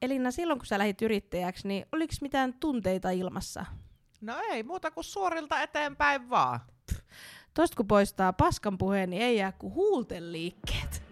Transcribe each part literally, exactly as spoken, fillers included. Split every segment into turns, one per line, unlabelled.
Elina, silloin kun sä lähdit yrittäjäksi, niin oliko mitään tunteita ilmassa?
No ei muuta kuin suorilta eteenpäin vaan.
Tosta kun poistaa paskan puheen, niin ei jää kuin huulten liikkeet.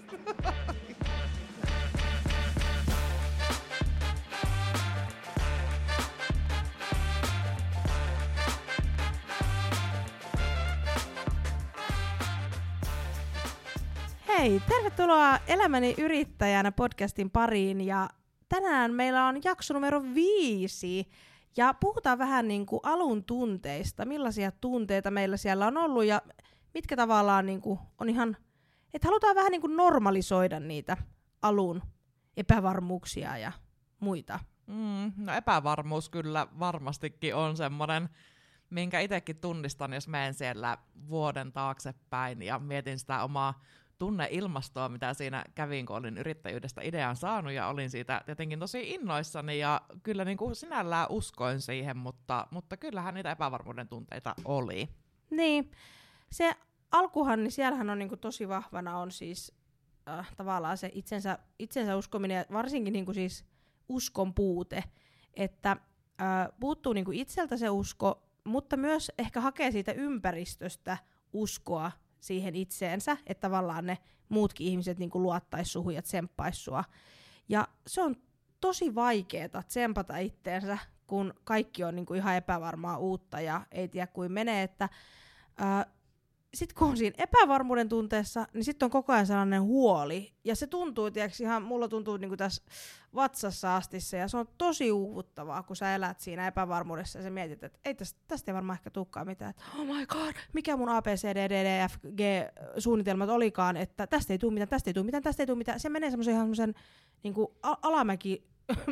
Hei, tervetuloa Elämäni yrittäjänä podcastin pariin ja tänään meillä on jakso numero viisi ja puhutaan vähän niin kuin alun tunteista, millaisia tunteita meillä siellä on ollut ja mitkä tavallaan niin kuin on ihan, että halutaan vähän niin kuin normalisoida niitä alun epävarmuuksia ja muita.
Mm, no epävarmuus kyllä varmastikin on semmoinen, minkä itsekin tunnistan, jos menen siellä vuoden taaksepäin ja mietin sitä omaa tunneilmastoa, mitä siinä kävin, kun olin yrittäjyydestä idean saanut ja olin siitä tietenkin tosi innoissani ja kyllä niin kuin sinällään uskoin siihen, mutta, mutta kyllähän niitä epävarmuuden tunteita oli.
Niin, se alkuhan, niin siellähän on niin kuin tosi vahvana on siis äh, tavallaan se itsensä, itsensä uskominen ja varsinkin niin kuin siis uskon puute, että äh, puuttuu niin kuin itseltä se usko, mutta myös ehkä hakee siitä ympäristöstä uskoa siihen itseensä, että tavallaan ne muutkin ihmiset niin kuin luottais suhun ja tsemppais sua. Ja se on tosi vaikeeta tsempata itteensä, kun kaikki on niin kuin ihan epävarmaa uutta ja ei tiedä kuin menee. Että, ää, sit kun on siinä epävarmuuden tunteessa, niin sitten on koko ajan sellainen huoli. Ja se tuntuu, tiiäks, ihan, mulla tuntuu niin kuin tässä vatsassa asti se, ja se on tosi uuvuttavaa, kun sä elät siinä epävarmuudessa ja sä mietit, että ei tästä, tästä ei varmaan ehkä tulekaan mitään. Että, oh my god, mikä mun A, B, C, D, D, D, F, G suunnitelmat olikaan, että tästä ei tule mitään, tästä ei tule mitään, tästä ei tule mitään. Se menee semmoisen ihan semmoisen niin kuin alamäki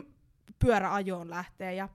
pyöräajoon lähtee. Ja,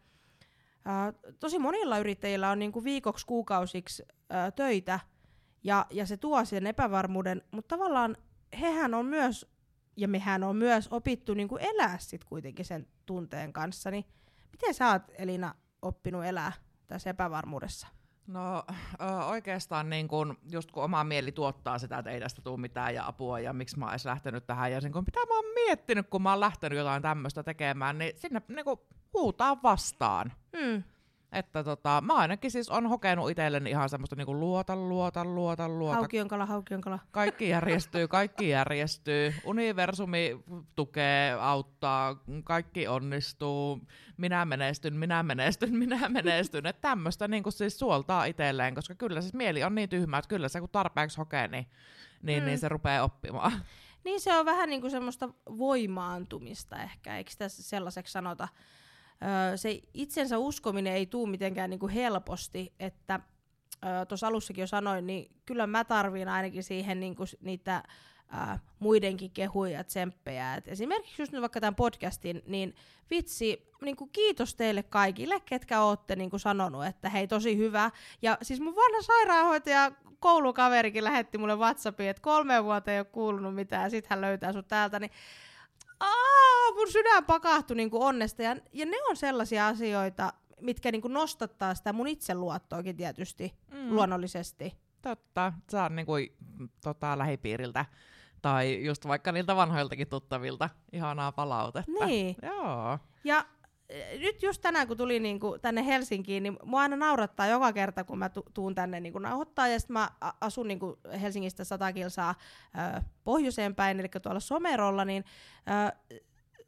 ää, tosi monilla yrittäjillä on niin kuin viikoksi, kuukausiksi ää, töitä, ja, ja se tuo sen epävarmuuden, mutta tavallaan hehän on myös, ja mehän on myös opittu niin kuin elää sit kuitenkin sen tunteen kanssa, niin miten sä oot, Elina, oppinut elää tässä epävarmuudessa?
No ö, oikeastaan niin kun, just kun oma mieli tuottaa sitä, että ei tästä tule mitään ja apua ja miksi mä oon edes lähtenyt tähän ja sen kun mitä mä oon miettinyt, kun mä oon lähtenyt jotain tämmöistä tekemään, niin sinne niin kun huutaa vastaan.
Hmm.
Että tota, mä ainakin siis on hokenut itselleni ihan semmoista niinku luota, luota, luota, luota.
Haukionkala, haukionkala.
Kaikki järjestyy, kaikki järjestyy. Universumi tukee, auttaa, kaikki onnistuu. Minä menestyn, minä menestyn, minä menestyn. Että tämmöistä niinku siis suoltaa itselleen, koska kyllä siis mieli on niin tyhmä, että kyllä se kun tarpeeksi hokee, niin, niin, mm. niin se rupeaa oppimaan.
Niin se on vähän niinku semmoista voimaantumista ehkä, eikö tässä sellaiseksi sanota? Öö, se itsensä uskominen ei tule mitenkään niinku helposti, että öö, tuossa alussakin jo sanoin, niin kyllä mä tarviin ainakin siihen niinku niitä öö, muidenkin kehuja ja tsemppejä. Et esimerkiksi just nyt vaikka tämän podcastin, niin vitsi, niinku kiitos teille kaikille, ketkä ootte niinku sanonut, että hei tosi hyvä. Ja siis mun vanha sairaanhoitaja koulukaverikin lähetti mulle WhatsAppiin, että kolme vuotta ei ole kuulunut mitään ja sit hän löytää sut täältä, niin Aa, mun sydän pakahtui niinku onnesta ja, ja ne on sellaisia asioita, mitkä niinku nostattaa sitä mun itseluottoakin tietysti mm. luonnollisesti.
Totta, se on niinku, tota, lähipiiriltä tai just vaikka niiltä vanhoiltakin tuttavilta ihanaa palautetta.
Niin.
Joo.
Ja nyt just tänään, kun tulin niinku tänne Helsinkiin, niin mua aina naurattaa joka kerta, kun mä tu- tuun tänne niinku nauhoittaa, ja sitten mä asun niinku Helsingistä sata kilsaa ö, pohjoiseen päin, eli tuolla Somerolla, niin ö,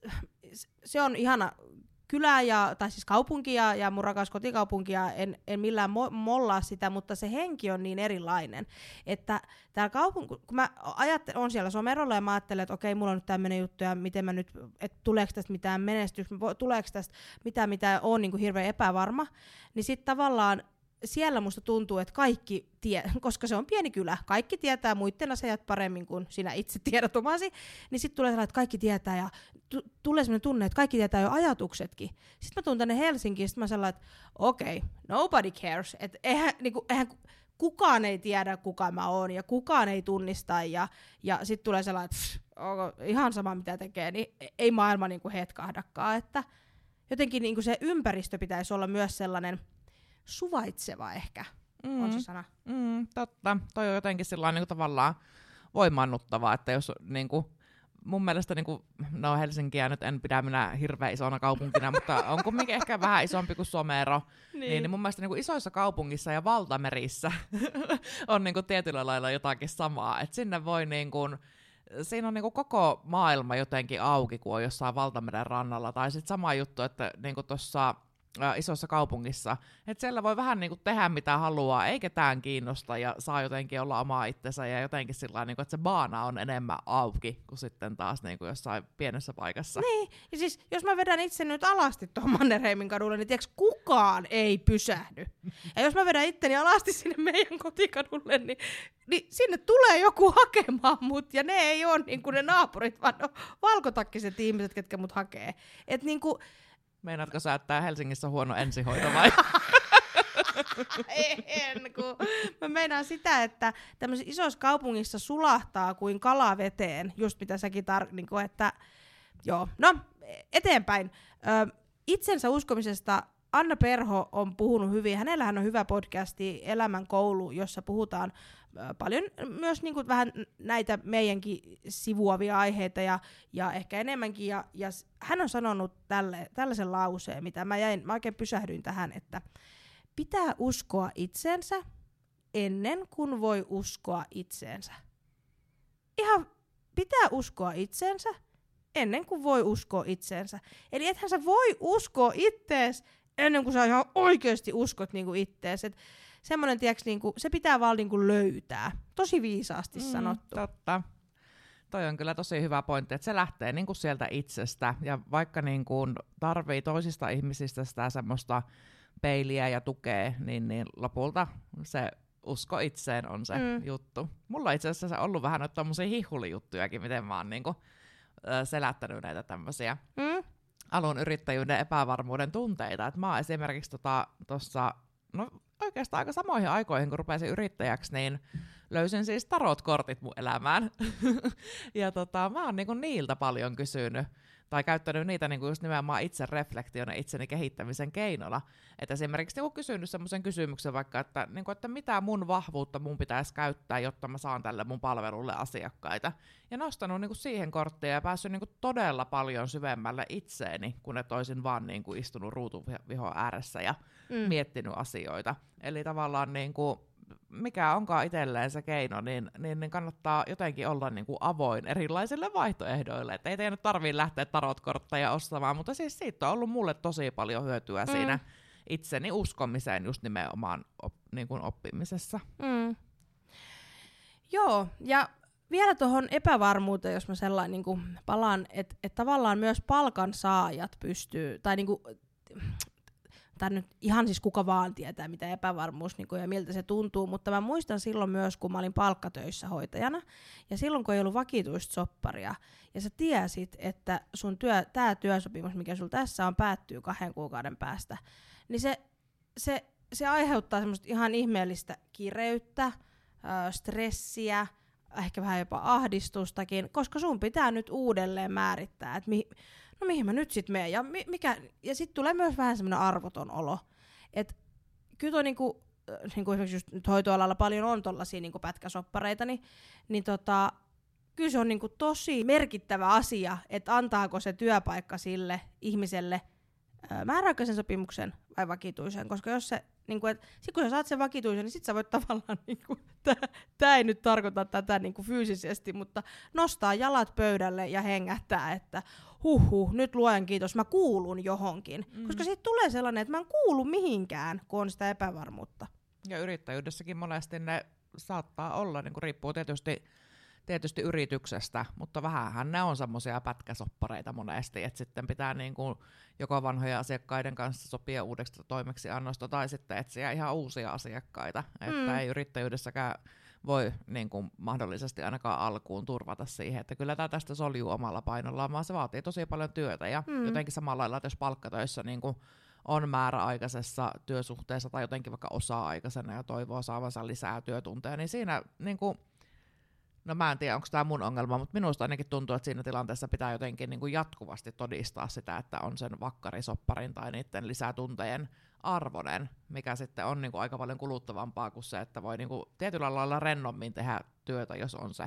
se on ihana kylä, ja, tai siis kaupunki, ja, ja mun rakas kotikaupunki, ja en, en millään mo- mollaa sitä, mutta se henki on niin erilainen, että täällä kaupunki, kun mä ajattelen, on siellä Somerolla, ja mä ajattelen, että okei, mulla on nyt tämmöinen juttu, ja miten mä nyt, että tuleeko tästä mitään menestystä, tuleeko tästä mitään, mitä on niin kuin hirveän epävarma, niin sitten tavallaan siellä musta tuntuu, että kaikki, tie, koska se on pieni kylä, kaikki tietää muiden asiat paremmin kuin sinä itse tiedät omasi, niin sitten tulee sellainen, että kaikki tietää ja t- tulee sellainen tunne, että kaikki tietää jo ajatuksetkin. Sitten mä tuun tänne Helsinkiin ja sitten mä sellainen, että okei, okay, nobody cares, että eihän, niinku, eihän kukaan ei tiedä kuka mä oon ja kukaan ei tunnista ja, ja sitten tulee sellainen, että pff, ihan sama mitä tekee, niin ei maailma niinku hetkahdakaan, että jotenkin niinku se ympäristö pitäisi olla myös sellainen suvaitseva ehkä, mm. on se sana.
Mm, totta. Toi on jotenkin sillain, niin kuin tavallaan voimannuttavaa, että jos niin kuin, mun mielestä, niinku, no Helsinkiä nyt en pidä minä hirveän isona kaupunkina, mutta on kumminkin ehkä vähän isompi kuin Somero. Niin, niin, niin mun mielestä niinku isoissa kaupungissa ja valtamerissä on niinku tietyllä lailla jotakin samaa. Et sinne voi niinku, siinä on niinku koko maailma jotenkin auki, kun on jossain valtameren rannalla. Tai sitten sama juttu, että niinku tuossa isossa kaupungissa, että siellä voi vähän niinku tehdä mitä haluaa, ei ketään kiinnosta ja saa jotenkin olla omaa itsensä ja jotenkin sillä niinku, että se baana on enemmän auki kuin sitten taas niinku jossain pienessä paikassa.
Niin, ja siis jos mä vedän itse nyt alasti tuohon Mannerheimin kadulle, niin tiiäks, kukaan ei pysähdy. Ja jos mä vedän itteni alasti sinne meidän kotikadulle, niin, niin sinne tulee joku hakemaan mut, ja ne ei ole niinku ne naapurit, vaan ne valkotakkiset ihmiset, ketkä mut hakee. Et niinku
meinaatko sä, että Helsingissä huono ensihoito vai?
En, kun mä meinaan sitä, että tämmöisissä isoissa kaupungissa sulahtaa kuin kala veteen, just mitä säkin tar... Niin kuin, että joo, no eteenpäin. Ö, itsensä uskomisesta Anna Perho on puhunut hyvin. Hänellähän on hyvä podcasti Elämän koulu, jossa puhutaan ö, paljon myös niin kuin vähän näitä meidänkin sivuavia aiheita ja, ja ehkä enemmänkin. Ja, ja hän on sanonut tälle, tällaisen lauseen, mitä mä jäin, mä oikein pysähdyin tähän, että pitää uskoa itsensä ennen kuin voi uskoa itseensä. Ihan pitää uskoa itsensä ennen kuin voi uskoa itseensä. Eli ethän sä voi uskoa ittees ennen kuin sä ihan oikeasti uskot niinku ittees. Et semmonen, tiiäks, niinku, se pitää vaan niinku löytää. Tosi viisaasti mm, sanottu.
Totta. Toi on kyllä tosi hyvä pointti, että se lähtee niinku sieltä itsestä. Ja vaikka niinku tarvii toisista ihmisistä sitä semmoista peiliä ja tukea, niin, niin lopulta se usko itseen on se mm. juttu. Mulla on itse asiassa ollut vähän noita tommosia hihulijuttujakin, miten mä oon niinku, äh, selättänyt näitä tämmösiä mm. alun yrittäjyyden epävarmuuden tunteita. Et mä oon esimerkiksi tuossa, tota, no oikeastaan aika samoihin aikoihin, kun rupesin yrittäjäksi, niin löysin siis tarotkortit mun elämään. Ja tota, mä oon niinku niiltä paljon kysynyt, tai käyttänyt niitä niinku just nimenomaan itse reflektiona, itseni kehittämisen keinona. Et esimerkiksi niinku kysynyt semmoisen kysymyksen vaikka, että, niinku, että mitä mun vahvuutta mun pitäisi käyttää, jotta mä saan tälle mun palvelulle asiakkaita. Ja nostanut niinku siihen korttia ja päässyt niinku todella paljon syvemmälle itseeni, kun et olisin vaan niinku istunut ruutuvihon ääressä ja mm. miettinyt asioita. Eli tavallaan niinku, mikä onkaan itselleen se keino, niin, niin, niin kannattaa jotenkin olla niin kuin avoin erilaisille vaihtoehdoille. Et ei teidän nyt tarvii lähteä tarotkortteja ostamaan, mutta siis siitä on ollut mulle tosi paljon hyötyä mm. siinä itseni uskomiseen just nimenomaan op, niin kuin oppimisessa. Mm.
Joo, ja vielä tuohon epävarmuuteen, jos mä sellainen niin kuin palaan, että et tavallaan myös palkansaajat pystyy, tai niin kuin, tai nyt ihan siis kuka vaan tietää, mitä epävarmuus niin kuin, ja miltä se tuntuu, mutta mä muistan silloin myös, kun mä olin palkkatöissä hoitajana, ja silloin kun ei ollut vakituista sopparia, ja sä tiesit, että sun työ, tää työsopimus, mikä sulla tässä on, päättyy kahden kuukauden päästä, niin se, se, se aiheuttaa semmoista ihan ihmeellistä kireyttä, äh, stressiä, ehkä vähän jopa ahdistustakin, koska sun pitää nyt uudelleen määrittää, että mi- no mihin mä nyt sit menen, ja, mi- mikä, ja sit tulee myös vähän semmoinen arvoton olo. Et kyllä toi niinku, niinku esimerkiksi just nyt hoitoalalla paljon on tollasia niinku pätkäsoppareita, niin, niin tota, kyllä se on niinku tosi merkittävä asia, että antaako se työpaikka sille ihmiselle ää, määräaikaisen sopimuksen vai vakituisen, koska jos se niinku, et, sit kun sä saat sen vakituisen, niin sit sä voit tavallaan, niinku, tää, tää ei nyt tarkoita tätä niinku fyysisesti, mutta nostaa jalat pöydälle ja hengähtää, että huhhuh, nyt luojan kiitos, mä kuulun johonkin. Mm. Koska siitä tulee sellainen, että mä en kuulu mihinkään, kun on sitä epävarmuutta.
Ja yrittäjyydessäkin monesti ne saattaa olla, niin kuin riippuu tietysti, tietysti yrityksestä, mutta vähänhän ne on semmoisia pätkäsoppareita monesti, että sitten pitää niin kuin joko vanhoja asiakkaiden kanssa sopia uudeksi toimeksiannosta tai sitten etsiä ihan uusia asiakkaita, mm. että ei yrittäjyydessäkään voi niin kuin mahdollisesti ainakaan alkuun turvata siihen, että kyllä tämä tästä soljuu omalla painollaan, vaan se vaatii tosi paljon työtä ja mm. jotenkin samalla lailla, että jos palkkatöissä niin kuin on määräaikaisessa työsuhteessa tai jotenkin vaikka osa-aikaisena ja toivoo saavansa lisää työtunteja, niin siinä niin kuin, no mä en tiedä, onko tämä mun ongelma, mutta minusta ainakin tuntuu, että siinä tilanteessa pitää jotenkin niin kuin jatkuvasti todistaa sitä, että on sen vakkarisopparin tai niiden lisätuntejen arvoinen, mikä sitten on niin kuin aika paljon kuluttavampaa kuin se, että voi niin kuin tietyllä lailla rennommin tehdä työtä, jos on se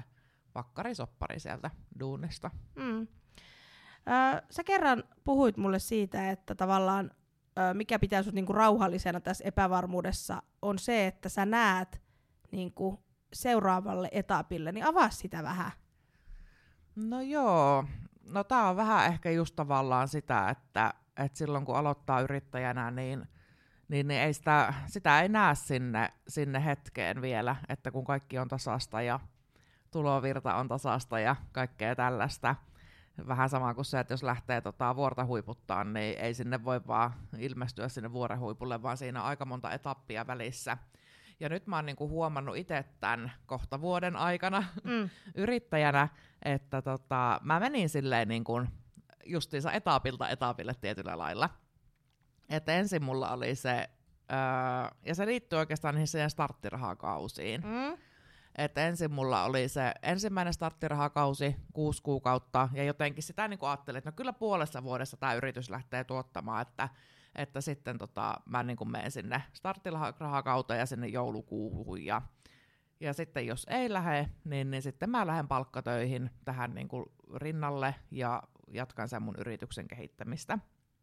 vakkarisoppari sieltä duunista.
Mm. Öö, sä kerran puhuit mulle siitä, että tavallaan öö, mikä pitää sut niinku rauhallisena tässä epävarmuudessa on se, että sä näet niinku seuraavalle etapille, niin avaa sitä vähän.
No joo, no tää on vähän ehkä just tavallaan sitä, että, että silloin kun aloittaa yrittäjänä, niin, niin, niin ei sitä, sitä ei näe sinne, sinne hetkeen vielä, että kun kaikki on tasasta ja tulovirta on tasasta ja kaikkea tällaista. Vähän sama kuin se, että jos lähtee tota vuorta huiputtaa, niin ei sinne voi vaan ilmestyä sinne vuoren huipulle, vaan siinä on aika monta etappia välissä. Ja nyt mä oon niinku huomannut itse tämän kohta vuoden aikana mm. yrittäjänä, että tota, mä menin silleen niinku justiinsa etapilta etapille tietyllä lailla. Että ensin mulla oli se, öö, ja se liittyy oikeastaan niihin siihen starttirahakausiin. Mm. Että ensin mulla oli se ensimmäinen starttirahakausi, kuusi kuukautta, ja jotenkin sitä niin ajattelin, että no kyllä puolessa vuodessa tämä yritys lähtee tuottamaan, että, että sitten tota, mä niin menen sinne starttirahakauteen ja sinne joulukuuhun, ja, ja sitten jos ei lähde, niin, niin sitten mä lähden palkkatöihin tähän niin rinnalle ja jatkan sen mun yrityksen kehittämistä.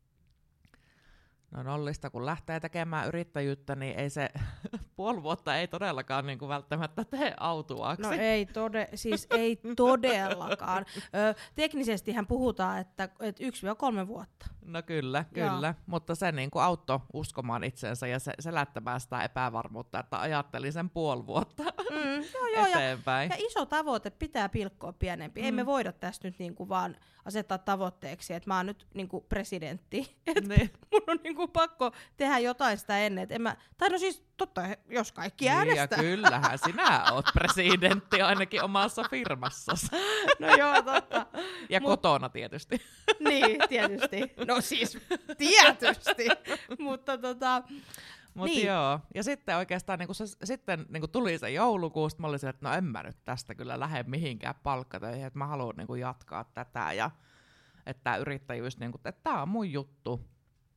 No nollista, kun lähtee tekemään yrittäjyyttä, niin ei se puoli vuotta ei todellakaan niin kuin välttämättä tee autuaaksi.
No ei, tode, siis ei todellakaan. Ö, teknisestihän puhutaan, että, että yksi kolme vuotta.
No kyllä, kyllä. Joo. Mutta se niin kuin auttoi uskomaan itsensä ja se, selättämään sitä epävarmuutta, että ajattelin sen puoli vuotta mm, joo, joo, eteenpäin.
Ja, ja iso tavoite pitää pilkkoa pienempi. Mm. Ei me voida tästä nyt niin kuin vaan asettaa tavoitteeksi, että mä oon nyt niin kuin presidentti. Niin. Mun on niin kuin pakko tehdä jotain sitä ennen. Et en mä, tai no siis totta, jos kaikki äänestää.
Niin, ja kyllähän sinä oot presidentti ainakin omassa firmassasi.
No joo, totta.
Ja Mut, kotona tietysti.
Niin, tietysti. No siis tietysti. Mutta tota...
Mut niin. Joo, ja sitten oikeastaan niin se, sitten niin tuli se joulukuusta, mä olin että no en mä nyt tästä kyllä lähde mihinkään palkkatöihin, että mä haluan niin jatkaa tätä, ja että tämä yrittäjyys, niin kuin, että tämä on mun juttu.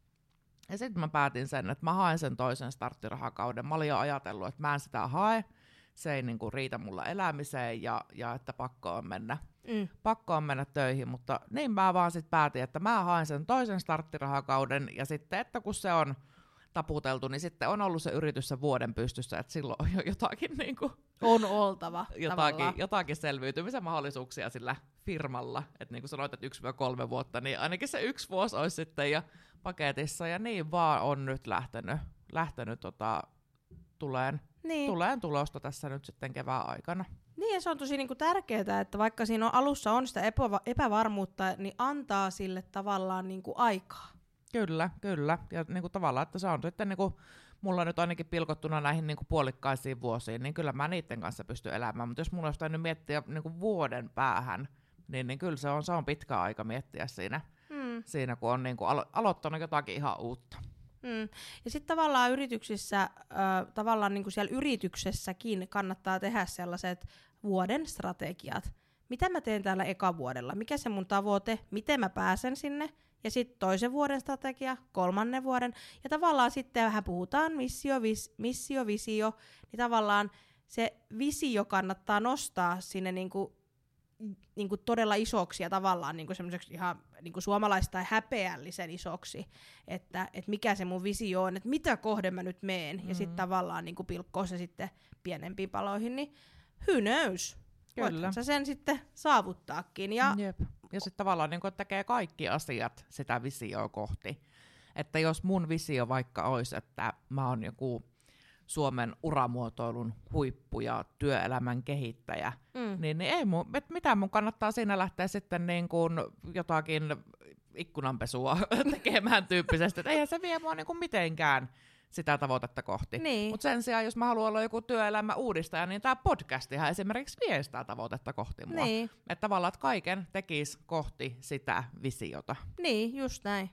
Ja sitten mä päätin sen, että mä haen sen toisen starttirahakauden. Mä olin jo ajatellut, että mä en sitä hae, se ei niin kuin riitä mulla elämiseen, ja, ja että pakko on mennä. Mm. Pakko on mennä töihin, mutta niin mä vaan sitten päätin, että mä haen sen toisen starttirahakauden, ja sitten, että kun se on taputeltu, niin sitten on ollut se yritys sen vuoden pystyssä, että silloin on jo jotakin niin kuin
on oltava
jotakin, jotakin selviytymisen mahdollisuuksia sillä firmalla, että niin kuin sanoit, että yksi kolme vuotta, niin ainakin se yksi vuosi olisi sitten jo paketissa, ja niin vaan on nyt lähtenyt, lähtenyt tota, tuleen, niin. tuleen tulosta tässä nyt sitten kevään aikana.
Niin, ja se on tosi niinku tärkeää, että vaikka siinä on, alussa on sitä epä, epävarmuutta, niin antaa sille tavallaan niinku aikaa.
Kyllä, kyllä. Ja niinku tavallaan, että se on sitten niinku, mulla nyt ainakin pilkottuna näihin niinku puolikkaisiin vuosiin, niin kyllä mä niiden kanssa pystyn elämään. Mutta jos mulla olisi täytynyt miettiä niinku vuoden päähän, niin, niin kyllä se on, se on pitkä aika miettiä siinä, mm. siinä kun on niinku alo- aloittanut jotakin ihan uutta.
Mm. Ja sitten tavallaan yrityksissä, äh, tavallaan niinku siellä yrityksessäkin kannattaa tehdä sellaiset vuoden strategiat. Mitä mä teen täällä eka vuodella? Mikä se mun tavoite? Miten mä pääsen sinne? Ja sitten toisen vuoden strategia, kolmannen vuoden. Ja tavallaan sitten vähän puhutaan missio, vis, missio, visio. Niin tavallaan se visio kannattaa nostaa sinne niinku, niinku todella isoksi ja tavallaan niinku semmoiseksi ihan niinku suomalaista tai häpeällisen isoksi. Että et mikä se mun visio on, että mitä kohden mä nyt meen. Mm-hmm. Ja sitten tavallaan niinku pilkkoo se sitten pienempiin paloihin. Niin who knows? Voithan sä sen sitten saavuttaakin. Ja
Jep. Ja sitten tavallaan niin kun tekee kaikki asiat sitä visioa kohti. Että jos mun visio vaikka olisi, että mä oon joku Suomen uramuotoilun huippu ja työelämän kehittäjä, mm. niin, niin ei mun, et mitä mun kannattaa siinä lähteä sitten niin kuin jotakin ikkunanpesua tekemään tyyppisesti. Että eihän se vie mua niin kuin mitenkään sitä tavoitetta kohti. Niin. Mutta sen sijaan, jos mä haluan olla joku työelämä uudistaja, niin tämä podcastihan esimerkiksi vie sitä tavoitetta kohti mua. Niin. Että tavallaan, että kaiken tekisi kohti sitä visiota.
Niin, just näin.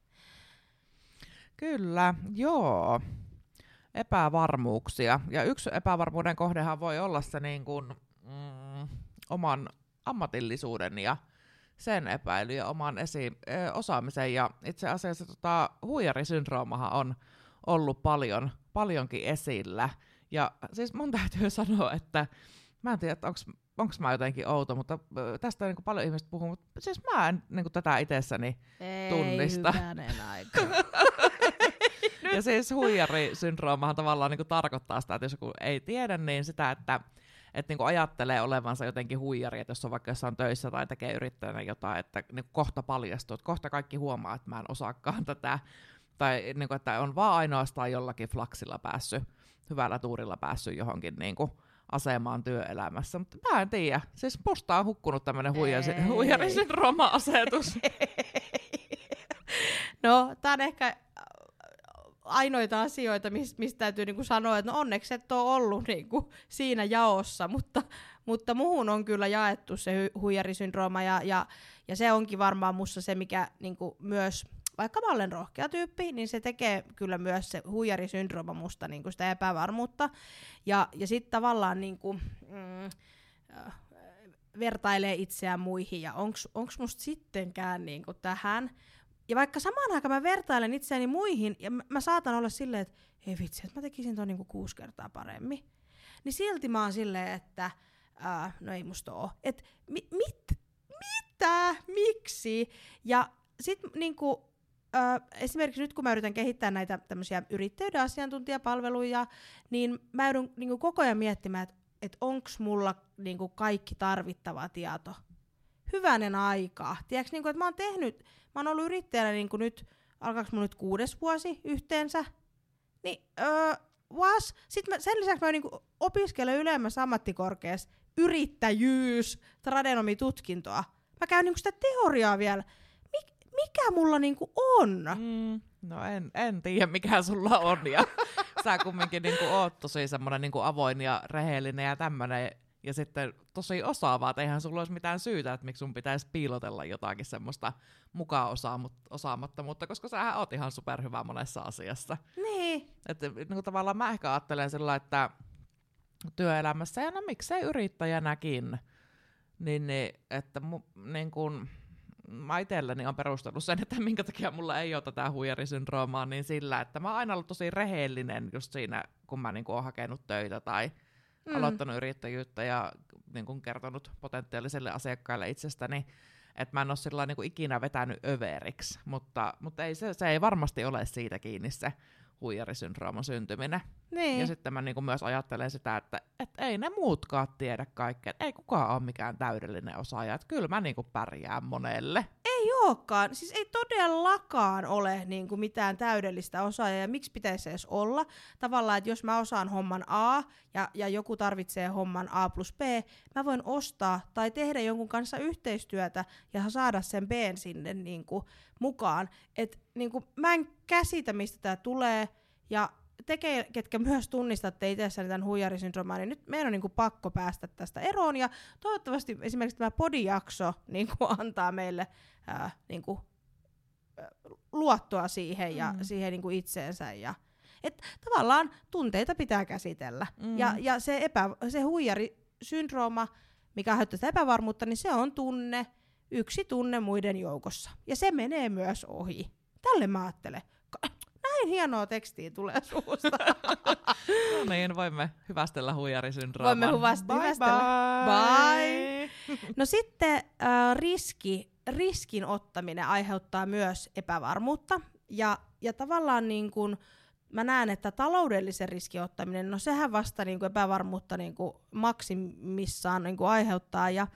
Kyllä, joo. Epävarmuuksia. Ja yksi epävarmuuden kohdehan voi olla se niin kuin, mm, oman ammatillisuuden ja sen epäily ja oman esi- osaamisen. Ja itse asiassa tota, huijarisyndroomahan on ollut paljon, paljonkin esillä. Ja siis mun täytyy sanoa, että mä en tiedä, onko onko mä jotenkin outo, mutta tästä niin paljon ihmiset puhuu, mutta siis mä en niin tätä itsessäni
ei,
tunnista.
Hyvänen aika.
Ja siis huijarisyndroomahan tavallaan niin tarkoittaa sitä, että jos joku ei tiedä, niin sitä, että että niin ajattelee olevansa jotenkin huijari, että jos on vaikka jossain töissä tai tekee yrittäjänä jotain, että niin kohta paljastuu, että kohta kaikki huomaa, että mä en osaakaan tätä, tai niin kuin, että on vaan ainoastaan jollakin flaksilla päässyt, hyvällä tuurilla päässyt johonkin niin kuin asemaan työelämässä, mutta mä en tiedä. Siis musta on hukkunut tämmönen huijarisyndrooma-asetus.
No, tää on ehkä ainoita asioita, mistä mis täytyy niinku sanoa, että no onneksi et ole ollut niinku siinä jaossa, mutta, mutta muhun on kyllä jaettu se hu- huijarisyndrooma, ja, ja, ja se onkin varmaan musta se, mikä niinku myös, vaikka mä olen rohkea tyyppi, niin se tekee kyllä myös se huijarisyndrooma musta niinku sitä epävarmuutta, ja, ja sitten tavallaan niinku, mm, äh, vertailee itseään muihin, ja onks, onks musta sittenkään niinku tähän. Ja vaikka samaan aikaan mä vertailen itseäni muihin, ja mä, mä saatan olla silleen, että hei vitsi, että mä tekisin ton niinku kuusi kertaa paremmin. Niin silti mä oon silleen, että ää, no ei musta oo. Et mi, mit, mitä? Miksi? Ja sit niinku, ää, esimerkiksi nyt kun mä yritän kehittää näitä tämmösiä yrittäjyyden asiantuntijapalveluja, niin mä joudun niinku koko ajan miettimään, että et onks mulla niinku kaikki tarvittava tieto. Hyvänen aika. Tiedätkö, niinku, että mä oon tehnyt, mä oon ollut yrittäjänä niinku nyt, alkaaks mun nyt kuudes vuosi yhteensä, niin öö, was. Sitten mä, sen lisäksi mä niinku opiskelen ylemmässä ammattikorkeassa yrittäjyys, tradenomitutkintoa. Mä käyn niinku sitä teoriaa vielä. Mik, mikä mulla niinku on?
Mm, no en, en tiedä mikä sulla on. Ja sä kumminkin niinku oot tosi semmonen niinku avoin ja rehellinen ja tämmönen. Ja sitten tosi osaavaa, että eihän sulla olisi mitään syytä, että miksi sun pitäisi piilotella jotakin semmoista mukaan osaamattomuutta, koska sähän oot ihan superhyvä monessa asiassa.
Niin.
Että niin tavallaan mä ehkä ajattelen sillä, että työelämässä, ja no miksei yrittäjänäkin, niin, niin että mu, niin kun, mä itselleni on perustellut sen, että minkä takia mulla ei ole tätä huijarisyndroomaa, niin sillä, että mä oon aina ollut tosi rehellinen just siinä, kun mä niin kun oon hakenut töitä tai Mm. aloittanut yrittäjyyttä ja niin kun kertonut potentiaaliselle asiakkaille itsestäni, että mä en ole sillä niin kuin ikinä vetänyt överiksi, mutta, mutta ei, se, se ei varmasti ole siitä kiinni se huijarisyndrooman syntyminen.
Niin.
Ja sitten mä niin kuin myös ajattelen sitä, että et ei ne muutkaan tiedä kaikkea, ei kukaan ole mikään täydellinen osaaja, että kyllä mä niin kuin pärjään monelle.
Ei ookaan, siis ei todellakaan ole niin kuin mitään täydellistä osaajaa, ja miksi pitäisi edes olla? Tavallaan, että jos mä osaan homman A, ja, ja joku tarvitsee homman A plus B, mä voin ostaa tai tehdä jonkun kanssa yhteistyötä, ja saada sen B:n sinne niin kuin mukaan. Et niin kuin, mä en käsitä, mistä tää tulee, ja tekee, ketkä myös tunnistatte itsessäni tämän huijarisyndrooman, niin nyt meidän on niin kuin pakko päästä tästä eroon, ja toivottavasti esimerkiksi tämä podijakso niin kuin antaa meille ää, niin kuin, ää, luottoa siihen ja mm. siihen niin kuin itseensä. Ja, et tavallaan tunteita pitää käsitellä. Mm. Ja, ja se, epä, se huijarisyndrooma, mikä aiheuttaa sitä epävarmuutta, niin se on tunne, yksi tunne muiden joukossa. Ja se menee myös ohi. Tälle mä ajattelen. Näin hienoa tekstiä tulee suusta.
No niin, voimme hyvästellä huijarisyndrooman.
Voimme huvast-
bye
hyvästellä.
Bye!
Bye! No sitten äh, riski, riskin ottaminen aiheuttaa myös epävarmuutta. Ja, ja tavallaan niin kun mä näen, että taloudellisen riskin ottaminen, no sehän vasta niin kun epävarmuutta niin kun maksimissaan niin kun aiheuttaa. Ja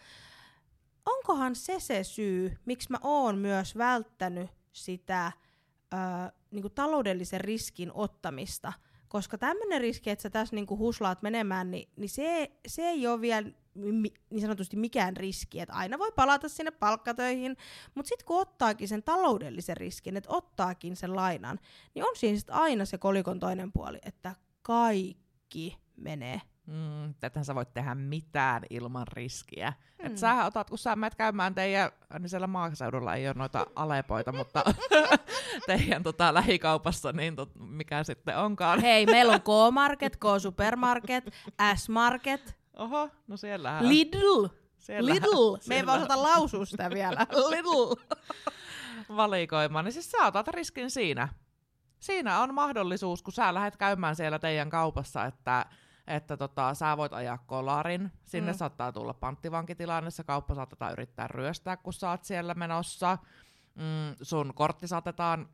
onkohan se se syy, miksi mä oon myös välttänyt sitä Öö, niinku taloudellisen riskin ottamista, koska tämmöinen riski, että sä tässä niinku huslaat menemään, niin, niin se, se ei ole vielä mi, niin sanotusti mikään riski, että aina voi palata sinne palkkatöihin, mutta sitten kun ottaakin sen taloudellisen riskin, että ottaakin sen lainan, niin on siinä sit aina se kolikon toinen puoli, että kaikki menee.
Mm, tätähän sä voit tehdä mitään ilman riskiä.
Mm.
Et sähän otat, kun sä menet käymään teidän, niin siellä maaseudulla ei ole noita alepoita, mutta teidän tota, lähikaupassa, niin tot, mikä sitten onkaan.
Hei, meillä on K-Market, K-Supermarket, S-Market.
Oho, no siellähän.
Lidl.
Siellähän,
Lidl. Me ei vaan osata lausua sitä vielä. Lidl.
Valikoima, niin siis sä otat riskin siinä. Siinä on mahdollisuus, kun sä lähdet käymään siellä teidän kaupassa, että että tota, sä voit ajaa kolarin, sinne
Mm.
saattaa tulla panttivankitilanne, se kauppa saatetaan yrittää ryöstää, kun sä oot siellä menossa, mm, sun kortti saatetaan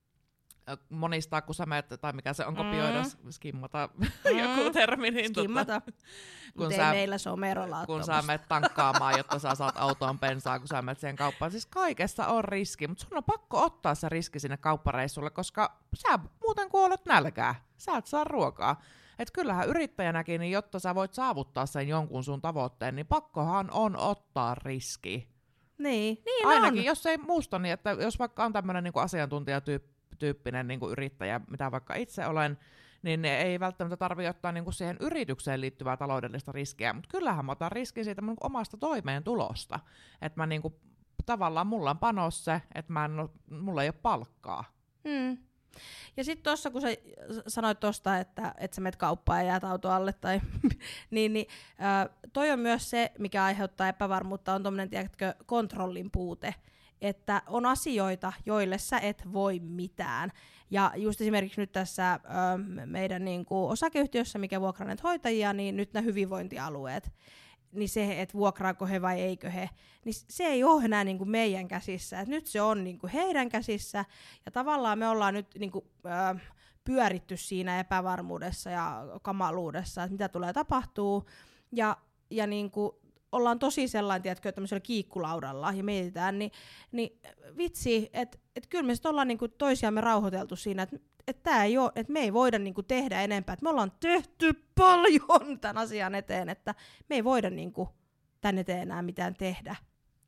monistaa, kun sä menet, tai mikä se on, kopioida,
Mm.
skimmata,
Mm.
joku termi, niin
Skimmata.
kun
Mut
sä,
ei meillä somerolla ole
kun sä
tommosta.
menet tankkaamaan, jotta sä saat autoon bensaa, kun sä menet siihen kauppaan. Siis kaikessa on riski, mutta sun on pakko ottaa se riski sinne kauppareissulle, koska sä muuten kuolet nälkää. Sä et saa ruokaa. Et kyllähän yrittäjänäkin, niin jotta sä voit saavuttaa sen jonkun sun tavoitteen, niin pakkohan on ottaa riski.
Niin, niin
Ainakin,
on.
jos ei muusta, niin että jos vaikka on tämmöinen niinku asiantuntijatyyppinen niinku yrittäjä, mitä vaikka itse olen, niin ei välttämättä tarvitse ottaa niinku siihen yritykseen liittyvää taloudellista riskiä, mutta kyllähän mä otan riskin siitä mun omasta toimeentulosta. Että mä niinku, tavallaan mulla on panos se, että mä en, mulla ei ole palkkaa.
Mm. Ja sitten tuossa, kun sä sanoit tuosta, että, että sä menet kauppaan ja jäät auto alle, tai, niin, niin äh, toi on myös se, mikä aiheuttaa epävarmuutta, on tommonen, tiedätkö, kontrollin puute. Että on asioita, joille sä et voi mitään. Ja just esimerkiksi nyt tässä äh, meidän niin kuin osakeyhtiössä, mikä vuokraa näitä hoitajia, niin nyt nämä hyvinvointialueet, niin se, että vuokraako he vai eikö he, niin se ei ole enää niin kuin meidän käsissä. Et nyt se on niin kuin heidän käsissä, ja tavallaan me ollaan nyt niin kuin, äh, pyöritty siinä epävarmuudessa ja kamaluudessa, että mitä tulee tapahtuu, ja, ja niin kuin ollaan tosi sellainen, tiedätkö, tämmöisellä kiikkulaudalla, ja mietitään, niin, niin vitsi, että et kyllä me sitten ollaan niin kuin toisiamme rauhoiteltu siinä, että et tää ei oo, et me ei voida niinku tehdä enempää, että me ollaan tehty paljon tämän asian eteen, että me ei voida niinku tän eteen enää mitään tehdä.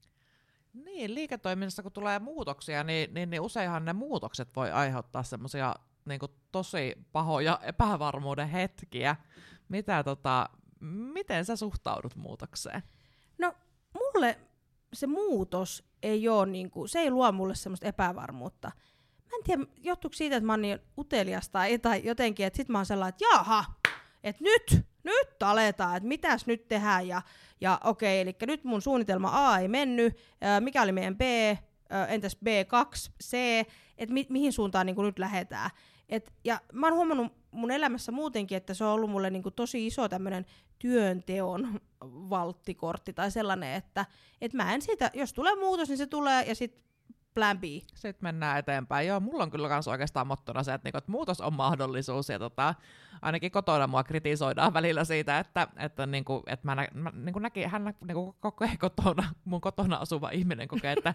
Niin, liiketoiminnassa kun tulee muutoksia, niin, niin, niin useinhan ne muutokset voi aiheuttaa semmoisia niin tosi pahoja epävarmuuden hetkiä. Mitä, tota, miten sä suhtaudut muutokseen?
No, mulle se muutos ei oo, niinku, se ei luo mulle semmoista epävarmuutta. Mä en tiedä, johtuuko siitä, että mä oon niin utelias tai, tai jotenkin, että sit mä oon sellainen, että jaha, että nyt, nyt aletaan, että mitäs nyt tehdään, ja, ja okei, eli nyt mun suunnitelma A ei mennyt, ää, mikä oli meidän B, ää, entäs B kaksi, C, että mi, mihin suuntaan niin nyt lähdetään. Et, ja mä oon huomannut mun elämässä muutenkin, että se on ollut mulle niin kuin tosi iso tämmönen työnteon valttikortti tai sellainen, että et mä en siitä, jos tulee muutos, niin se tulee, ja sit plan B.
Sitten mennään eteenpäin. Joo, mulla on kyllä kans oikeastaan mottona se, että, niinku, että muutos on mahdollisuus. Ja tota, ainakin kotona mua kritisoidaan välillä siitä, että, että, niinku, että mä, nä, mä niinku näki, hän niinku, kokee kotona, mun kotona asuva ihminen kokee, että,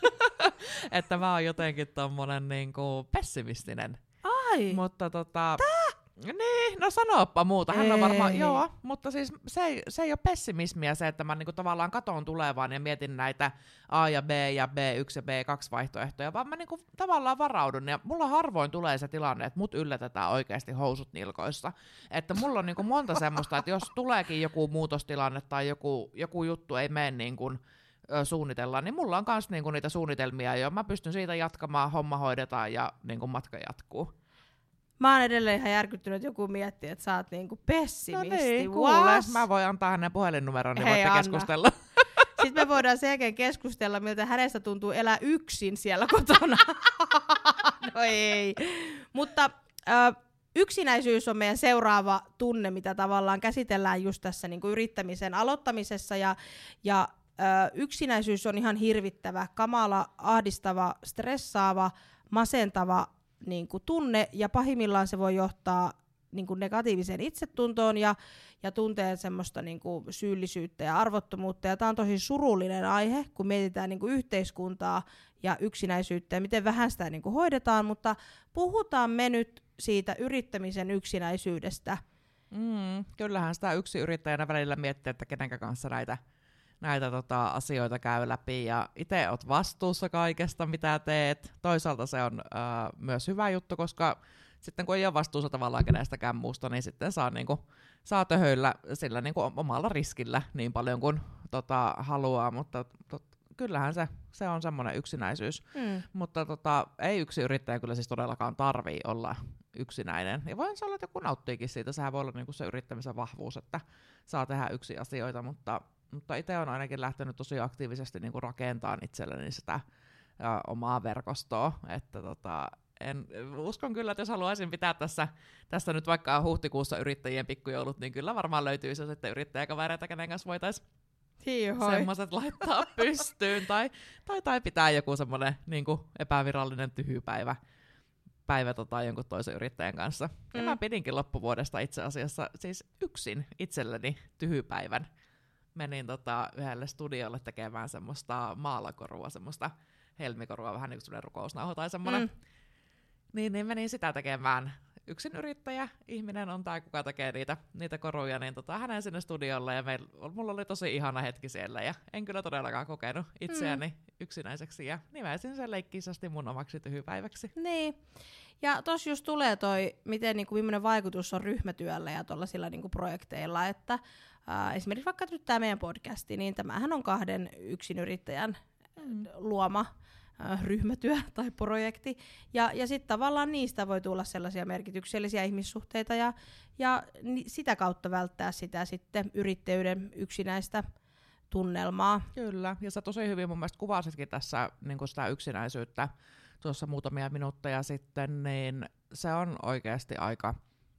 että mä oon jotenkin tommonen niinku, pessimistinen.
Ai!
Mutta tota... Tää? Niin, no sanoppa muuta. Hän on varmaan, joo, mutta siis se ei, se ei ole pessimismiä se, että mä niinku tavallaan katon tulevaan ja mietin näitä A ja B ja B yksi ja B kaksi vaihtoehtoja, vaan mä niinku tavallaan varaudun. Ja mulla harvoin tulee se tilanne, että mut yllätetään oikeasti housut nilkoissa. Että mulla on niinku monta semmoista, että jos tuleekin joku muutostilanne tai joku, joku juttu ei mene niin kuin suunnitellaan, niin mulla on myös niinku niitä suunnitelmia jo. Mä pystyn siitä jatkamaan, homma hoidetaan ja niinku matka jatkuu.
Mä oon edelleen ihan järkyttynyt, että joku miettii, että sä oot niinku pessimisti.
No niin, kuule. Mä voin antaa hänen puhelinnumeron, niin
Hei,
voitte
anna.
keskustella.
Sitten me voidaan sen jälkeen keskustella, miltä hänestä tuntuu elää yksin siellä kotona. No ei. Mutta ö, yksinäisyys on meidän seuraava tunne, mitä tavallaan käsitellään just tässä niin kuin yrittämisen aloittamisessa. Ja, ja ö, yksinäisyys on ihan hirvittävä, kamala, ahdistava, stressaava, masentava niin kuin tunne, ja pahimmillaan se voi johtaa niin kuin negatiiviseen itsetuntoon ja, ja tuntee semmoista niin kuin syyllisyyttä ja arvottomuutta. Ja tämä on tosi surullinen aihe, kun mietitään niin kuin yhteiskuntaa ja yksinäisyyttä ja miten vähän sitä niin kuin hoidetaan, mutta puhutaan me nyt siitä yrittämisen yksinäisyydestä.
Mm, kyllähän sitä yksi yrittäjänä välillä miettii, että kenenkä kanssa näitä, näitä tota, asioita käy läpi, ja itse oot vastuussa kaikesta, mitä teet. Toisaalta se on äh, myös hyvä juttu, koska sitten kun ei ole vastuussa tavallaan kenestäkään muusta, niin sitten saa, niinku, saa töhöillä sillä niinku omalla riskillä niin paljon kuin tota, haluaa, mutta tot, kyllähän se, se on semmoinen yksinäisyys. Mm. Mutta tota, ei yksi yrittäjä kyllä siis todellakaan tarvii olla yksinäinen. Ja voi se olla, että joku nauttiikin siitä, sehän voi olla niinku se yrittämisen vahvuus, että saa tehdä yksi asioita, mutta, mutta itse on ainakin lähtenyt tosi aktiivisesti niinku rakentamaan itselleni sitä ja, omaa verkostoa, että tota, en, uskon kyllä, että jos haluaisin pitää tässä, tässä nyt vaikka huhtikuussa yrittäjien pikkujoulut, niin kyllä varmaan löytyisi sitten yrittäjäkavereita, kenen kanssa voitaisiin semmoiset laittaa pystyyn. Tai, tai, tai pitää joku semmoinen niin kuin epävirallinen tyhjypäivä päivä tota, jonkun toisen yrittäjän kanssa. Mm. Ja mä pidinkin loppuvuodesta itse asiassa siis yksin itselleni tyhjypäivän. Menin tota, yhdelle studiolle tekemään semmoista maalakorua, semmoista helmikorua, vähän niin kuin semmoinen rukousnauho tai semmoinen. Mm. Niin, niin menin sitä tekemään. Yksin yrittäjä, ihminen on tää, kuka tekee niitä, niitä koruja, niin tota, hänen sinne studiolle, ja meil, mulla oli tosi ihana hetki siellä, ja en kyllä todellakaan kokenut itseäni mm. yksinäiseksi, ja nimesin sen leikkisästi mun omaksi tyhjypäiväksi.
Niin, ja tossa just tulee toi, miten niinku, millainen vaikutus on ryhmätyöllä ja tollasilla niinku projekteilla, että äh, esimerkiksi vaikka nyt tää meidän podcasti, niin tämähän on kahden yksinyrittäjän mm. luoma ryhmätyö tai projekti, ja, ja sitten tavallaan niistä voi tulla sellaisia merkityksellisiä ihmissuhteita, ja, ja ni, sitä kautta välttää sitä sitten yrittäjyyden yksinäistä tunnelmaa.
Kyllä, ja sä tosi hyvin mun mielestä kuvasitkin tässä niin sitä yksinäisyyttä tuossa muutamia minuutteja sitten, niin se on oikeasti aika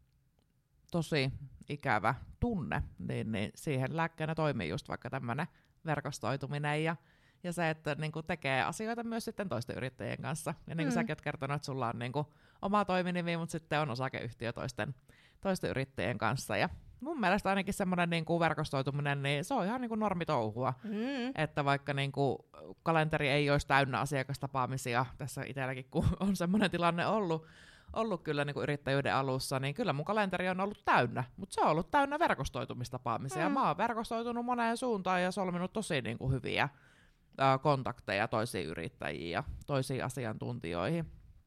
tosi ikävä tunne, niin, niin siihen lääkkeenä toimii just vaikka tämmöinen verkostoituminen, ja Ja se, että niinku tekee asioita myös sitten toisten yrittäjien kanssa. Ja niin kuin mm. säkin oot kertonut, että sulla on niinku oma toiminimi, mutta sitten on osakeyhtiö toisten, toisten yrittäjien kanssa. Ja mun mielestä ainakin semmoinen niinku verkostoituminen, niin se on ihan niinku normitouhua. Mm. Että vaikka niinku kalenteri ei olisi täynnä asiakastapaamisia, tässä itselläkin kun on semmoinen tilanne ollut, ollut kyllä niinku yrittäjyyden alussa, niin kyllä mun kalenteri on ollut täynnä. Mutta se on ollut täynnä verkostoitumistapaamisia. Mm. Mä oon verkostoitunut moneen suuntaan ja solminut tosi niinku hyviä kontakteja toisiin yrittäjiin ja toisiin asiantuntijoihin.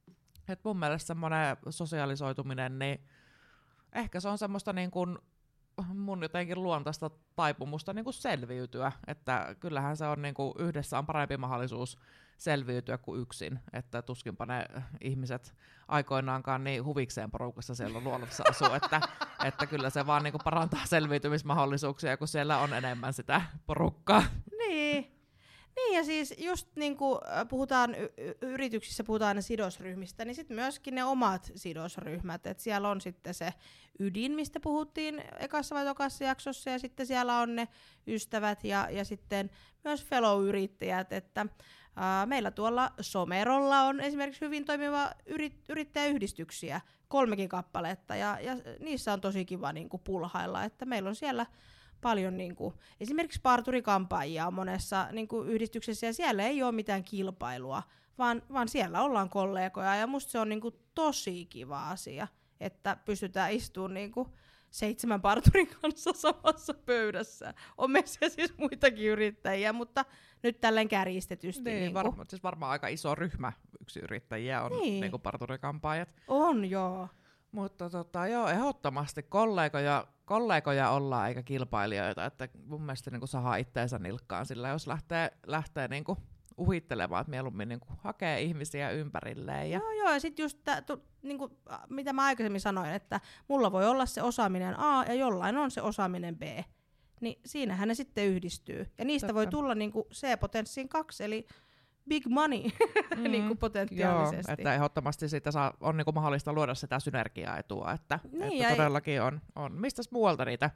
Et mun mielestä semmoinen sosiaalisoituminen, niin ehkä se on semmoista niin kuin mun jotenkin luontaista taipumusta niin kuin selviytyä, että kyllähän se on niin kuin yhdessä on parempi mahdollisuus selviytyä kuin yksin, että tuskinpa ne ihmiset aikoinaankaan niin huvikseen porukassa siellä luolassa asuu, että, että kyllä se vaan niin kuin parantaa selviytymismahdollisuuksia, kun siellä on enemmän sitä porukkaa.
Niin. Niin, ja siis just niin kuin puhutaan y- yrityksissä, puhutaan aina sidosryhmistä, niin sitten myöskin ne omat sidosryhmät, että siellä on sitten se ydin, mistä puhuttiin ekassa vai tokassa jaksossa, ja sitten siellä on ne ystävät ja, ja sitten myös fellow-yrittäjät, että ää, meillä tuolla Somerolla on esimerkiksi hyvin toimiva yrit- yrittäjäyhdistyksiä, kolmekin kappaletta, ja, ja niissä on tosi kiva niin kuin pulhailla, että meillä on siellä paljon niinku, esimerkiksi parturikampaajia on monessa niinku, yhdistyksessä, ja siellä ei ole mitään kilpailua, vaan, vaan siellä ollaan kollegoja, ja musta se on niinku, tosi kiva asia, että pystytään istumaan niinku, seitsemän parturin kanssa samassa pöydässä. On meissä siis muitakin yrittäjiä, mutta nyt tälleen kärjistetysti.
Niin,
niinku.
varma, siis varmaan aika iso ryhmä yksi yrittäjiä on niin. Niinku parturikampaajat.
On, joo.
Mutta tota, joo, ehdottomasti kollegoja, kollegoja ollaan eikä kilpailijoita, että mun mielestä niin sahaa itteensä nilkkaan sillä, jos lähtee, lähtee niin kuin uhittelemaan, että mieluummin niin kuin hakee ihmisiä ympärilleen. Ja...
Joo, joo, ja sitten just tää, tu, niin kuin, mitä mä aikaisemmin sanoin, että mulla voi olla se osaaminen A ja jollain on se osaaminen B, niin siinähän ne sitten yhdistyy. Ja niistä Totta. voi tulla niin kuin C-potenssiin kaksi, eli big money mm, niin kuin potentiaalisesti.
Joo, että ehdottomasti siitä saa, on niin kuin mahdollista luoda sitä synergiaetua, että,
niin,
että todellakin on, on. Mistäs muualta niitä,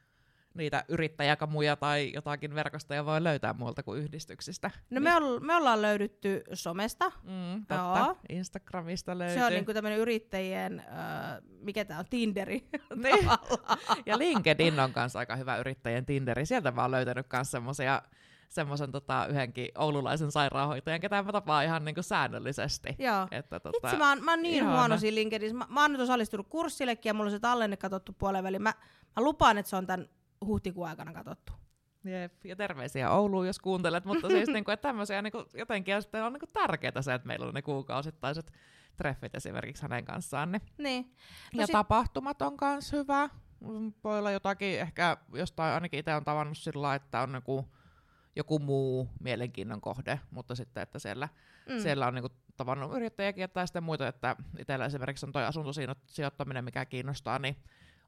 niitä yrittäjäkamuja tai jotakin verkostoja voi löytää muualta kuin yhdistyksistä?
No niin. me, ol, me ollaan löydetty somesta.
Mm, totta. Joo. Instagramista löytyy.
Se on niin kuin tämmöinen yrittäjien, äh, mikä tää on, Tinderi. Niin.
Ja LinkedIn on kanssa aika hyvä yrittäjien Tinderi. Sieltä mä oon löytänyt myös semmosia semmoisen tota, yhdenkin oululaisen sairaanhoitajan, ketä mä tapaan ihan niinku säännöllisesti.
Joo.
Että, tota,
itse mä oon, mä oon niin ihana. huono siinä LinkedInissä. Mä, mä oon nyt osallistunut kurssillekin ja mulla on se tallenne katsottu puoleen väliin. Mä, mä lupaan, että se on tän huhtikuun aikana katsottu.
Jep, ja terveisiä Ouluun, jos kuuntelet, mutta siis niinku, että tämmöisiä niinku, jotenkin ja sitten on niinku tärkeää se, että meillä on ne kuukausittaiset treffit esimerkiksi hänen kanssaan. Niin.
Niin. No
ja
sit...
tapahtumat on kans hyvä. Voi olla jotakin, ehkä jostain ainakin itse on tavannut sillä, että on joku joku muu mielenkiinnon kohde, mutta sitten, että siellä, mm. siellä on niinku tavannut yrittäjäkin tai sitten muita, että itsellä esimerkiksi on toi asuntosijoittaminen, mikä kiinnostaa, niin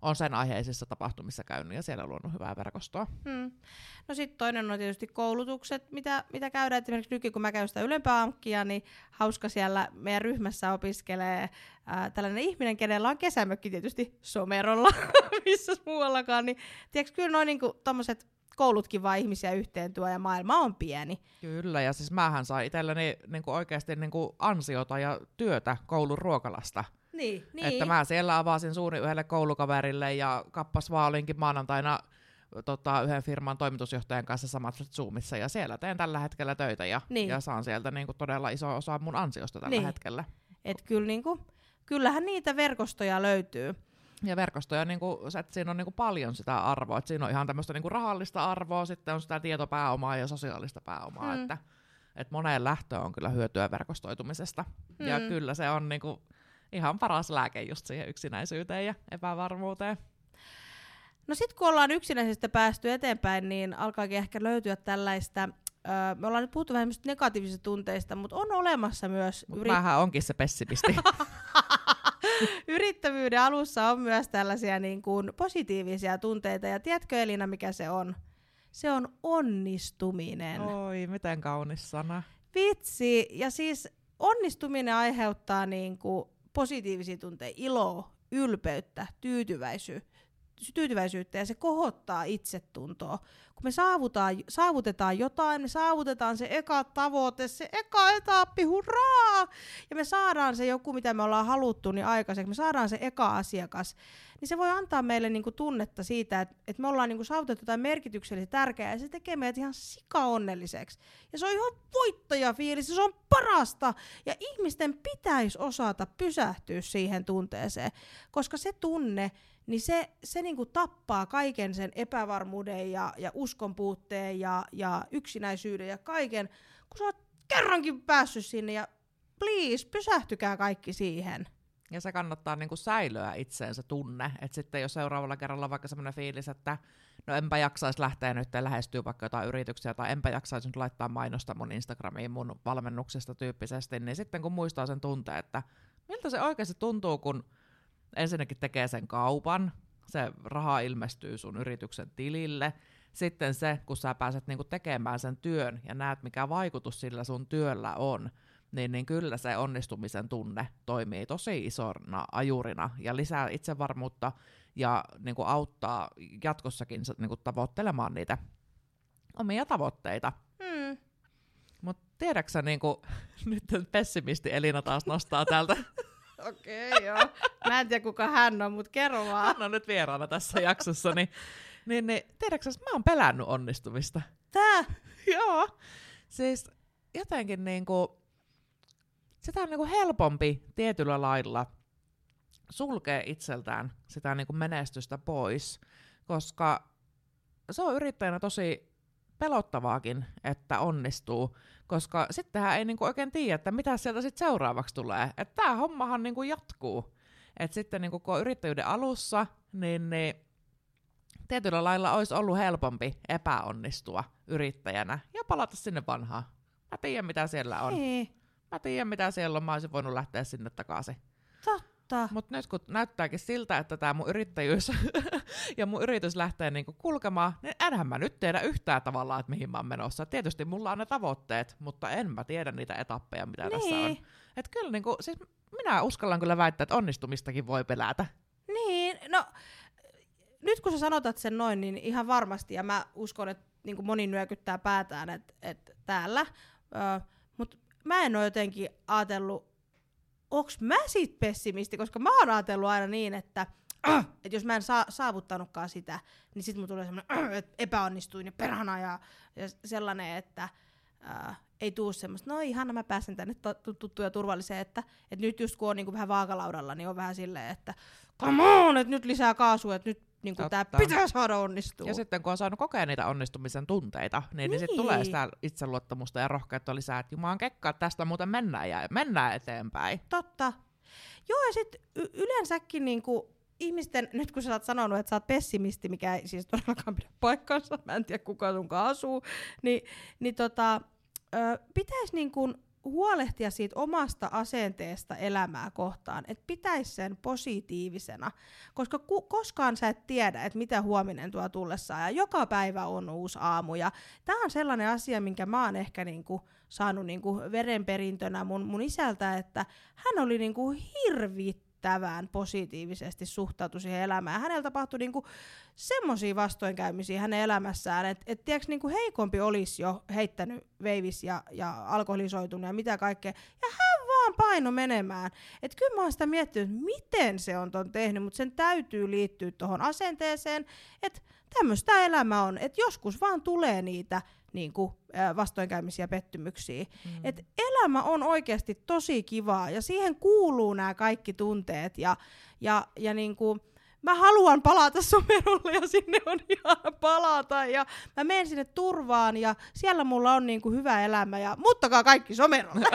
on sen aiheisissa tapahtumissa käynyt ja siellä luonut hyvää verkostoa.
Hmm. No sitten toinen on tietysti koulutukset, mitä, mitä käydään. Esimerkiksi nytkin, kun mä käyn sitä ylempää amkkia, niin hauska siellä meidän ryhmässä opiskelee ää, tällainen ihminen, kenellä on kesämökki tietysti Somerolla, missä muuallakaan. Niin, tiedätkö, kyllä noin niinku tommoset koulutkin vaan ihmisiä yhteen tuo ja maailma on pieni.
Kyllä, ja siis mähän sain itselleni niinku oikeasti niinku ansiota ja työtä koulun ruokalasta.
Niin, niin.
Että mä siellä avasin suuri yhdelle koulukaverille ja kappas vaan olinkin maanantaina tota, yhden firman toimitusjohtajan kanssa samassa Zoomissa ja siellä teen tällä hetkellä töitä ja, niin. ja saan sieltä niinku todella iso osa mun ansiosta tällä
niin.
hetkellä.
Et kyllä, niinku, kyllähän niitä verkostoja löytyy.
Ja verkostoja, niinku, että siinä on niinku paljon sitä arvoa. Et siinä on ihan tämmöistä niinku rahallista arvoa, sitten on sitä tietopääomaa ja sosiaalista pääomaa. Hmm. Että et moneen lähtöön on kyllä hyötyä verkostoitumisesta. Hmm. Ja kyllä se on niinku ihan paras lääke just siihen yksinäisyyteen ja epävarmuuteen.
No sit kun ollaan yksinäisestä päästy eteenpäin, niin alkaakin ehkä löytyä tällaista, öö, me ollaan nyt puhuttu vähän negatiivisista tunteista, mutta on olemassa myös...
Mut yrit... Mähän onkin se pessimisti.
Yrittävyyden alussa on myös tällaisia niin kuin positiivisia tunteita, ja tiedätkö Elina, mikä se on? Se on onnistuminen.
Oi, miten kaunis sana.
Vitsi, ja siis onnistuminen aiheuttaa niin kuin positiivisia tunteita, iloa, ylpeyttä, tyytyväisyyttä. tyytyväisyyttä ja se kohottaa itsetuntoa. Kun me saavutaan, saavutetaan jotain, me saavutetaan se eka tavoite, se eka etappi, hurraa! Ja me saadaan se joku, mitä me ollaan haluttu, niin aikaiseksi, me saadaan se eka asiakas, niin se voi antaa meille niinku tunnetta siitä, että et me ollaan niinku saavutettu jotain merkityksellistä tärkeää, ja se tekee meidät ihan sika-onnelliseksi. Ja se on ihan voittajafiilis, ja se on parasta, ja ihmisten pitäisi osata pysähtyä siihen tunteeseen, koska se tunne, niin se, se niinku tappaa kaiken sen epävarmuuden ja, ja uskonpuutteen ja, ja yksinäisyyden ja kaiken, kun sä oot kerrankin päässyt sinne ja please, pysähtykää kaikki siihen.
Ja se kannattaa niinku säilöä itseen se tunne, että sitten jos seuraavalla kerralla on vaikka semmoinen fiilis, että no enpä jaksaisi lähteä nyt ja lähestyä vaikka jotain yrityksiä tai enpä jaksaisi nyt laittaa mainosta mun Instagramiin mun valmennuksesta tyyppisesti, niin sitten kun muistaa sen tunteen, että miltä se oikeasti tuntuu, kun ensinnäkin tekee sen kaupan, se raha ilmestyy sun yrityksen tilille. Sitten se, kun sä pääset niinku tekemään sen työn ja näet, mikä vaikutus sillä sun työllä on, niin, niin kyllä se onnistumisen tunne toimii tosi isona ajurina ja lisää itsevarmuutta ja niinku auttaa jatkossakin niinku tavoittelemaan niitä omia tavoitteita.
Hmm.
Mutta tiedäksä, niinku, nyt pessimisti Elina taas nostaa täältä.
Okei, okay, joo. Mä en tiedä, kuka hän on, mutta kerro vaan.
Hän on nyt vieraana tässä jaksossa, niin, niin, niin tiedätkö, mä oon pelännyt onnistumista.
Tää?
Joo. Siis jotenkin niinku, sitä on niinku helpompi tietyllä lailla sulkea itseltään sitä niinku menestystä pois, koska se on yrittäjänä tosi pelottavaakin, että onnistuu, koska sittenhän ei niinku oikein tiedä, että mitä sieltä sit seuraavaksi tulee. Että tää hommahan niinku jatkuu. Et sitten niinku kun on yrittäjyyden alussa, niin, niin tietyllä lailla olisi ollut helpompi epäonnistua yrittäjänä ja palata sinne vanhaan. Mä tiedän, mitä siellä on.
Hei.
Mä tiedän, mitä siellä on. Mä olisin voinut lähteä sinne takaisin.
Totta.
Mutta nyt kun näyttääkin siltä, että tämä mun yrittäjyys ja mun yritys lähtee niinku kulkemaan, niin enhän mä nyt tiedä yhtään tavallaan, että mihin mä oon menossa. Tietysti mulla on ne tavoitteet, mutta en mä tiedä niitä etappeja, mitä niin. tässä on. Et kyllä niinku, siis minä uskallan kyllä väittää, että onnistumistakin voi pelätä.
Niin, no nyt kun sä sanotat sen noin, niin ihan varmasti, ja mä uskon, että niin kuin moni nyökyttää päätään, että et täällä, öö, mutta mä en ole jotenkin ajatellut, onks mä sit pessimisti, koska mä oon ajatellut aina niin, että äh, et jos mä en saa, saavuttanutkaan sitä, niin sit mun tulee semmoinen, äh, että epäonnistuin ja perhana ja, ja sellainen, että äh, ei tuu semmoista, no ihana mä pääsen tänne tuttuun ja turvalliseen, että et nyt just kun on niinku vähän vaakalaudalla, niin on vähän silleen, että come on, että nyt lisää kaasua, että nyt niinku tää pitää saada onnistua.
Ja sitten kun on saanut kokea niitä onnistumisen tunteita, niin, niin. niin sitten tulee sitä itseluottamusta ja rohkeutta lisää, että jumaan kekkaa, tästä muuten mennään ja mennään eteenpäin.
Totta. Joo, ja sitten y- yleensäkin niinku ihmisten, nyt kun sä oot sanonut, että sä oot pessimisti, mikä ei siis todellakaan pidä paikkansa, mä en tiedä kuka sunkaan asuu, niin, niin tota, ö, pitäisi niinku huolehtia siitä omasta asenteesta elämää kohtaan, että pitäisi sen positiivisena, koska ku, koskaan sä et tiedä, että mitä huominen tuo tullessaan, ja joka päivä on uusi aamu, ja tää on sellainen asia, minkä mä oon ehkä niinku saanut niinku verenperintönä mun, mun isältä, että hän oli niinku hirvittävän positiivisesti suhtautui siihen elämään. Hänellä tapahtui niinku semmosia vastoinkäymisiä hänen elämässään, että et, tiiäks, niinku heikompi olisi jo heittänyt veivis ja, ja alkoholisoitunut ja mitä kaikkea. Ja hän vaan paino menemään. Että kyllä mä oon sitä miettinyt, että miten se on ton tehnyt, mutta sen täytyy liittyä tohon asenteeseen, että tämmöistä elämä on, että joskus vaan tulee niitä niinku, vastoinkäymisiä pettymyksiä. Mm. Et elämä on oikeasti tosi kivaa ja siihen kuuluu nämä kaikki tunteet ja, ja, ja niinku, mä haluan palata Somerolle ja sinne on ihana palata ja mä menen sinne turvaan ja siellä mulla on niinku hyvä elämä ja muuttakaa kaikki Somerolle.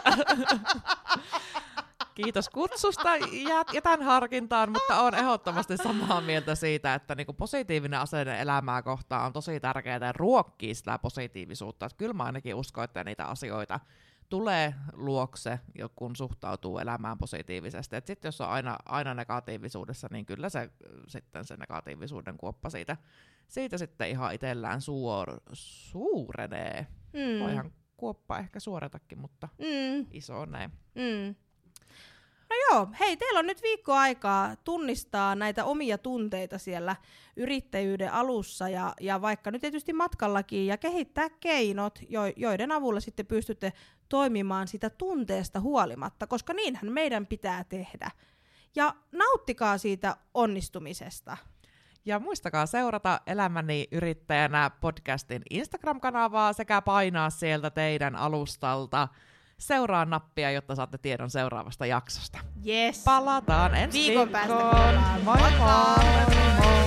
Kiitos kutsusta, jätän harkintaan, mutta olen ehdottomasti samaa mieltä siitä, että niinku positiivinen asenne elämää kohtaan on tosi tärkeää ja ruokkii sitä positiivisuutta. Että kyllä mä ainakin uskon, että niitä asioita tulee luokse, kun suhtautuu elämään positiivisesti. Sitten jos on aina, aina negatiivisuudessa, niin kyllä se, sitten se negatiivisuuden kuoppa siitä, siitä sitten ihan itsellään suor, suurenee. Mm. Voihan kuoppa ehkä suoratakin, mutta mm. iso on näin.
Mm. No joo, hei, teillä on nyt viikko aikaa tunnistaa näitä omia tunteita siellä yrittäjyyden alussa ja, ja vaikka nyt tietysti matkallakin ja kehittää keinot, jo, joiden avulla sitten pystytte toimimaan sitä tunteesta huolimatta, koska niinhän meidän pitää tehdä. Ja nauttikaa siitä onnistumisesta.
Ja muistakaa seurata Elämäni yrittäjänä podcastin Instagram-kanavaa sekä painaa sieltä teidän alustalta seuraa nappia, jotta saatte tiedon seuraavasta jaksosta.
Yes.
Palataan ensi
viikon päästä.
Moi moi! moi.